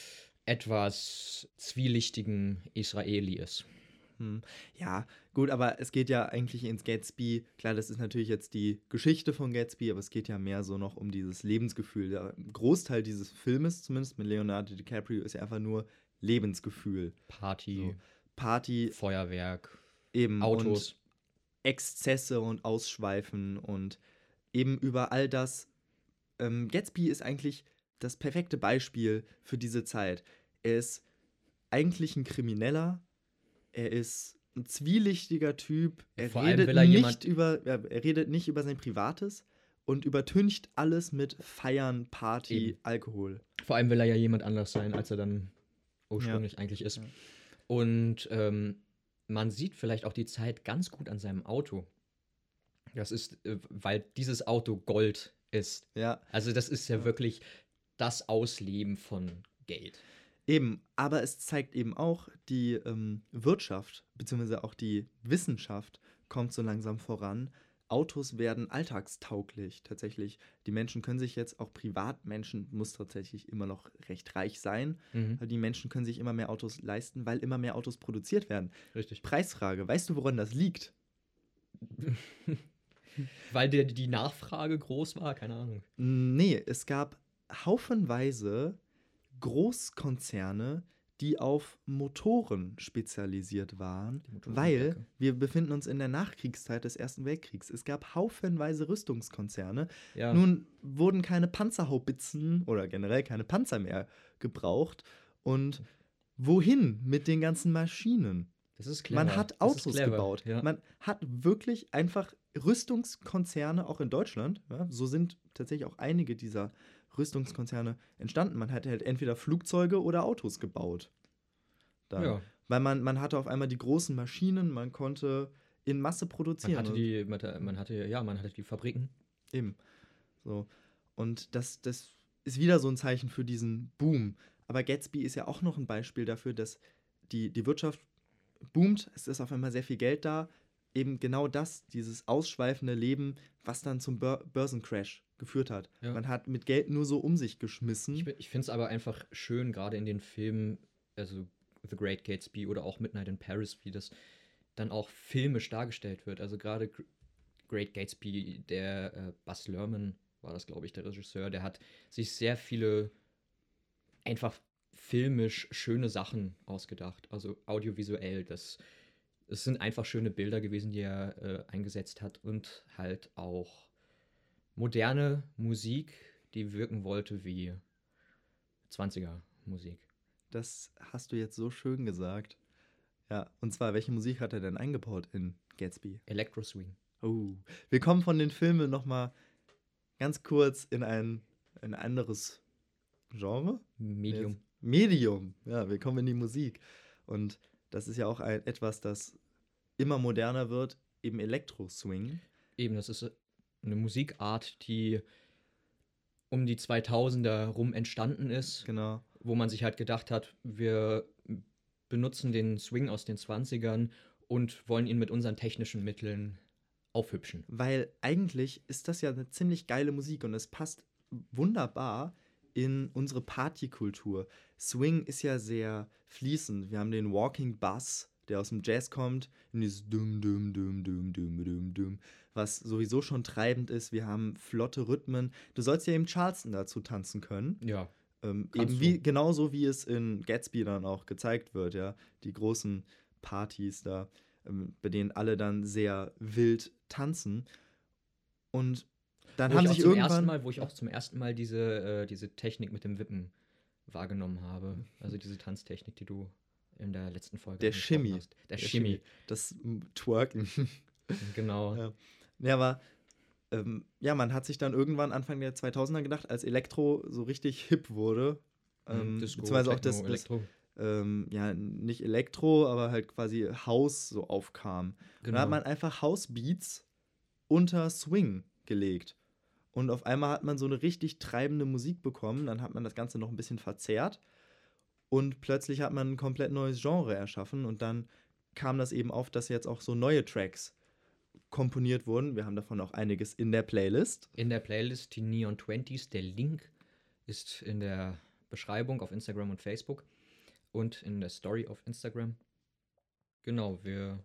etwas zwielichtigen Israeli ist. Hm. Ja, gut, aber es geht ja eigentlich ins Gatsby. Klar, das ist natürlich jetzt die Geschichte von Gatsby, aber es geht ja mehr so noch um dieses Lebensgefühl. Der Großteil dieses Filmes, zumindest mit Leonardo DiCaprio, ist ja einfach nur Lebensgefühl. Party, So, Party, Feuerwerk, eben Autos. und Exzesse und Ausschweifen und eben über all das. Ähm, Gatsby ist eigentlich das perfekte Beispiel für diese Zeit. Er ist eigentlich ein Krimineller, er ist ein zwielichtiger Typ, er Vor allem redet will er nicht jemand- über, ja, er redet nicht über sein Privates und übertüncht alles mit Feiern, Party, Eben. Alkohol. Vor allem will er ja jemand anders sein, als er dann ursprünglich eigentlich ist. Ja. Und ähm, man sieht vielleicht auch die Zeit ganz gut an seinem Auto. Das ist, äh, weil dieses Auto Gold ist. Ja, Also das ist ja, Ja. wirklich das Ausleben von Geld. eben, aber es zeigt eben auch, die ähm, Wirtschaft, beziehungsweise auch die Wissenschaft kommt so langsam voran. Autos werden alltagstauglich tatsächlich. Die Menschen können sich jetzt, auch Privatmenschen, muss tatsächlich immer noch recht reich sein, Mhm. aber die Menschen können sich immer mehr Autos leisten, weil immer mehr Autos produziert werden. Richtig. Preisfrage, weißt du, woran das liegt? Weil der, die Nachfrage groß war, keine Ahnung. Nee, es gab haufenweise Großkonzerne, die auf Motoren spezialisiert waren, Die weil Motorenwerke. wir befinden uns in der Nachkriegszeit des Ersten Weltkriegs. Es gab haufenweise Rüstungskonzerne. Ja. Nun wurden keine Panzerhaubitzen oder generell keine Panzer mehr gebraucht. Und wohin mit den ganzen Maschinen? das ist clever. Man hat Das ist Autos clever, gebaut. Ja. Man hat wirklich einfach Rüstungskonzerne, auch in Deutschland. Ja, so sind tatsächlich auch einige dieser Rüstungskonzerne entstanden. Man hat halt entweder Flugzeuge oder Autos gebaut. Dann. Ja. Weil man, man hatte auf einmal die großen Maschinen, man konnte in Masse produzieren. Man hatte die, man hatte, man hatte, ja, man hatte die Fabriken. Eben. So. Und das, das ist wieder so ein Zeichen für diesen Boom. Aber Gatsby ist ja auch noch ein Beispiel dafür, dass die, die Wirtschaft boomt, es ist auf einmal sehr viel Geld da. Eben genau das, dieses ausschweifende Leben, was dann zum Bör- Börsencrash geführt hat. Ja. Man hat mit Geld nur so um sich geschmissen. Ich, ich finde es aber einfach schön, gerade in den Filmen, also The Great Gatsby oder auch Midnight in Paris, wie das dann auch filmisch dargestellt wird. Also gerade Gr- Great Gatsby, der äh, Baz Luhrmann war das, glaube ich, der Regisseur, der hat sich sehr viele einfach filmisch schöne Sachen ausgedacht. Also audiovisuell, das, das sind einfach schöne Bilder gewesen, die er äh, eingesetzt hat und halt auch moderne Musik, die wirken wollte wie zwanziger Musik. Das hast du jetzt so schön gesagt. Ja, und zwar, welche Musik hat er denn eingebaut in Gatsby? Electro Swing. Oh, wir kommen von den Filmen noch mal ganz kurz in ein, ein anderes Genre. Medium. Jetzt- Medium, ja, wir kommen in die Musik. Und das ist ja auch ein, etwas, das immer moderner wird, eben Elektro-Swing. Eben, das ist eine Musikart, die um die zweitausender rum entstanden ist, Genau. wo man sich halt gedacht hat, wir benutzen den Swing aus den zwanzigern und wollen ihn mit unseren technischen Mitteln aufhübschen. Weil eigentlich ist das ja eine ziemlich geile Musik und es passt wunderbar in unsere Partykultur. Swing ist ja sehr fließend. Wir haben den Walking Bass, der aus dem Jazz kommt, in dieses Dum, Dum, Dum, Dum, Dum, Dum, Dum, was sowieso schon treibend ist. Wir haben flotte Rhythmen. Du sollst ja eben Charleston dazu tanzen können. Ja, Ähm, Kannst eben du. wie, genauso wie es in Gatsby dann auch gezeigt wird, ja. Die großen Partys da, ähm, bei denen alle dann sehr wild tanzen. Und dann wo haben ich auch sich zum ersten irgendwann. Mal, wo ich auch zum ersten Mal diese, äh, diese Technik mit dem Wippen wahrgenommen habe. Also diese Tanztechnik, die du in der letzten Folge Der angesprochen Shimmy. hast. Der, Shimmy. Das m, Twerken. Genau. Ja. Ja, aber ähm, ja, man hat sich dann irgendwann Anfang der zweitausender gedacht, als Elektro so richtig hip wurde, ähm, Mhm, Disco, beziehungsweise auch Techno, das, das Elektro. ähm, ja, nicht Elektro, aber halt quasi House so aufkam. Und Genau. da hat man einfach House-Beats unter Swing gelegt. Und auf einmal hat man so eine richtig treibende Musik bekommen, dann hat man das Ganze noch ein bisschen verzerrt und plötzlich hat man ein komplett neues Genre erschaffen und dann kam das eben auf, dass jetzt auch so neue Tracks komponiert wurden. Wir haben davon auch einiges in der Playlist. In der Playlist die Neon Twenties, der Link ist in der Beschreibung auf Instagram und Facebook und in der Story auf Instagram. Genau, wir.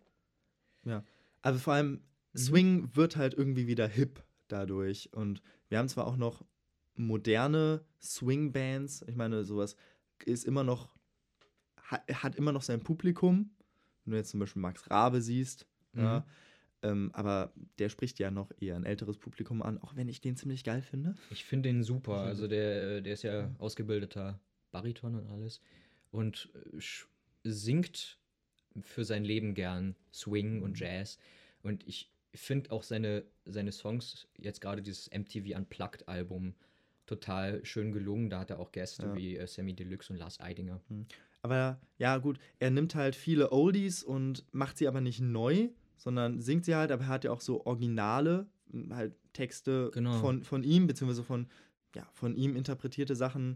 Aber vor allem Swing wird halt irgendwie wieder hip dadurch. Und wir haben zwar auch noch moderne Swing-Bands. Ich meine, sowas ist immer noch, hat, hat immer noch sein Publikum. Wenn du jetzt zum Beispiel Max Rabe siehst, Mhm. ja, ähm, aber der spricht ja noch eher ein älteres Publikum an, auch wenn ich den ziemlich geil finde. Ich finde den super. Mhm. Also der, äh, der ist ja ausgebildeter Bariton und alles. Und äh, sch- singt für sein Leben gern Swing und Jazz. Und ich finde auch seine, seine Songs, jetzt gerade dieses M T V Unplugged-Album, total schön gelungen. Da hat er auch Gäste Ja. wie äh, Sammy Deluxe und Lars Eidinger. Aber ja, gut, er nimmt halt viele Oldies und macht sie aber nicht neu, sondern singt sie halt, aber er hat ja auch so Originale, m, halt Texte Genau. von, von ihm, beziehungsweise von, ja, von ihm interpretierte Sachen,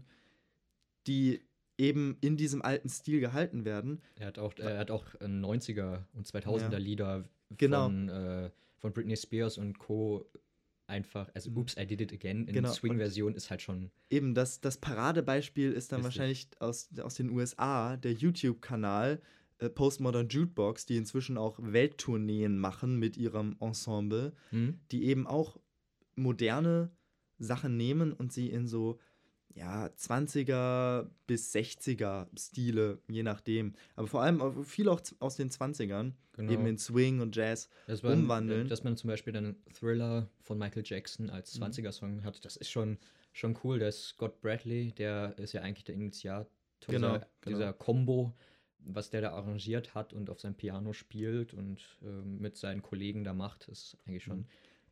die eben in diesem alten Stil gehalten werden. Er hat auch, er hat auch äh, neunziger und zweitausender Ja. Lieder Genau. von, äh, von Britney Spears und Co. einfach, also Mhm. Oops, I Did It Again in Genau. Swing-Version ist halt schon. Eben, das, das Paradebeispiel ist dann Richtig. wahrscheinlich aus, aus den U S A, der YouTube-Kanal äh, Postmodern Jukebox, die inzwischen auch Welttourneen machen mit ihrem Ensemble, Hm? die eben auch moderne Sachen nehmen und sie in so ja, zwanziger bis sechziger Stile, je nachdem. Aber vor allem auch viel auch z- aus den zwanzigern, Genau. eben in Swing und Jazz. Dass man, umwandeln. äh, Dass man zum Beispiel dann Thriller von Michael Jackson als Mhm. zwanziger-Song hat, das ist schon, schon cool. Der Scott Bradley, der ist ja eigentlich der Initiator Genau, dieser, genau. dieser Combo, was der da arrangiert hat und auf seinem Piano spielt und ähm, mit seinen Kollegen da macht, ist eigentlich schon. Mhm.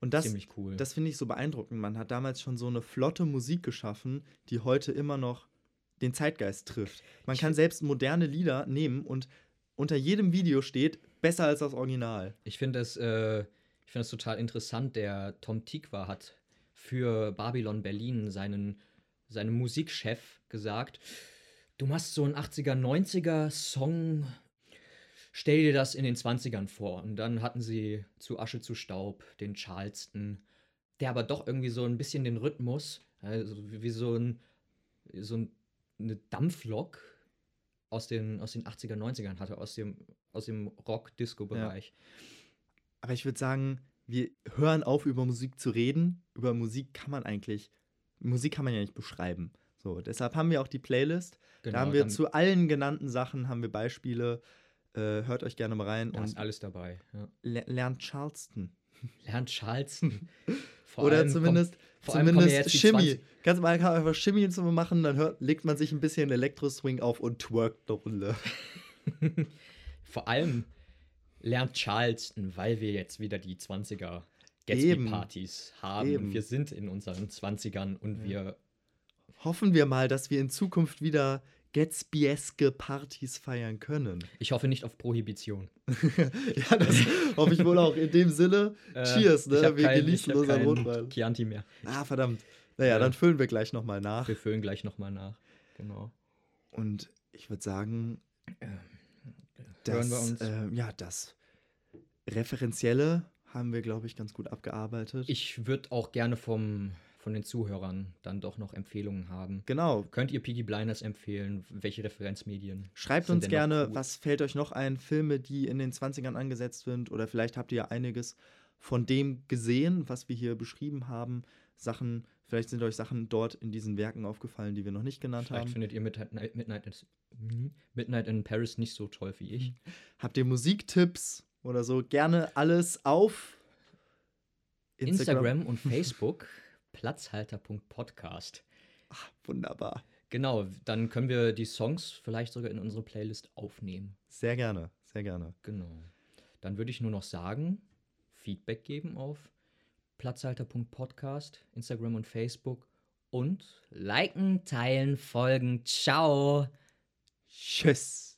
Und das, ziemlich cool. das finde ich so beeindruckend. Man hat damals schon so eine flotte Musik geschaffen, die heute immer noch den Zeitgeist trifft. Man Ich kann find- selbst moderne Lieder nehmen und unter jedem Video steht, besser als das Original. Ich finde es, äh, ich finde es total interessant. Der Tom Tykwer hat für Babylon Berlin seinen, seinem Musikchef gesagt, du machst so einen achtziger, neunziger Song, stell dir das in den zwanzigern vor. Und dann hatten sie zu Asche zu Staub den Charleston, der aber doch irgendwie so ein bisschen den Rhythmus, also wie wie so, ein, so ein, eine Dampflok aus den, aus den achtziger, neunzigern hatte, aus dem, aus dem Rock-Disco-Bereich. Aber ich würde sagen, wir hören auf, über Musik zu reden. Über Musik kann man eigentlich, Musik kann man ja nicht beschreiben. So, deshalb haben wir auch die Playlist. Genau, da haben wir dann- zu allen genannten Sachen haben wir Beispiele. Äh, hört euch gerne mal rein Da ist und alles dabei. Ja. le lernt Charleston. Lernt Charleston. Vor Oder allem zumindest, kommt- vor allem kommen ja zumindest jetzt die Shimmy. zwanzig Ganz mal kann man einfach Shimmy zu machen, dann hört, legt man sich ein bisschen Elektro-Swing auf und twerkt eine Runde. Vor allem lernt Charleston, weil wir jetzt wieder die zwanziger Eben. Gatsby-Partys haben. Eben. Und wir sind in unseren zwanzigern und wir. Hoffen wir mal, dass wir in Zukunft wieder Gatsby-eske Partys feiern können. Ich hoffe nicht auf Prohibition. Ja, das hoffe ich wohl auch. In dem Sinne, Äh, cheers, ich ne? hab Wir kein- genießen ich hab unseren kein Rotwein. Chianti mehr. Ah, verdammt. Naja, Ja. dann füllen wir gleich nochmal nach. Wir füllen gleich nochmal nach. Genau. Und ich würde sagen, Hören das, wir uns. äh, ja, das Referenzielle haben wir, glaube ich, ganz gut abgearbeitet. Ich würde auch gerne vom, von den Zuhörern dann doch noch Empfehlungen haben. genau. Könnt ihr Peaky Blinders empfehlen? Welche Referenzmedien? Schreibt sind uns denn gerne, noch gut? was fällt euch noch ein, Filme, die in den zwanzigern angesetzt sind, oder vielleicht habt ihr ja einiges von dem gesehen, was wir hier beschrieben haben. Sachen, vielleicht sind euch Sachen dort in diesen Werken aufgefallen, die wir noch nicht genannt Vielleicht haben. findet ihr Midnight, Midnight, in- Midnight in Paris nicht so toll wie ich. Habt ihr Musiktipps oder so? Gerne alles auf Instagram und Facebook, platzhalter.podcast. Ach, wunderbar. Genau, dann können wir die Songs vielleicht sogar in unsere Playlist aufnehmen. Sehr gerne, sehr gerne. Genau. Dann würde ich nur noch sagen, Feedback geben auf platzhalter.podcast, Instagram und Facebook und liken, teilen, folgen. Ciao! Tschüss.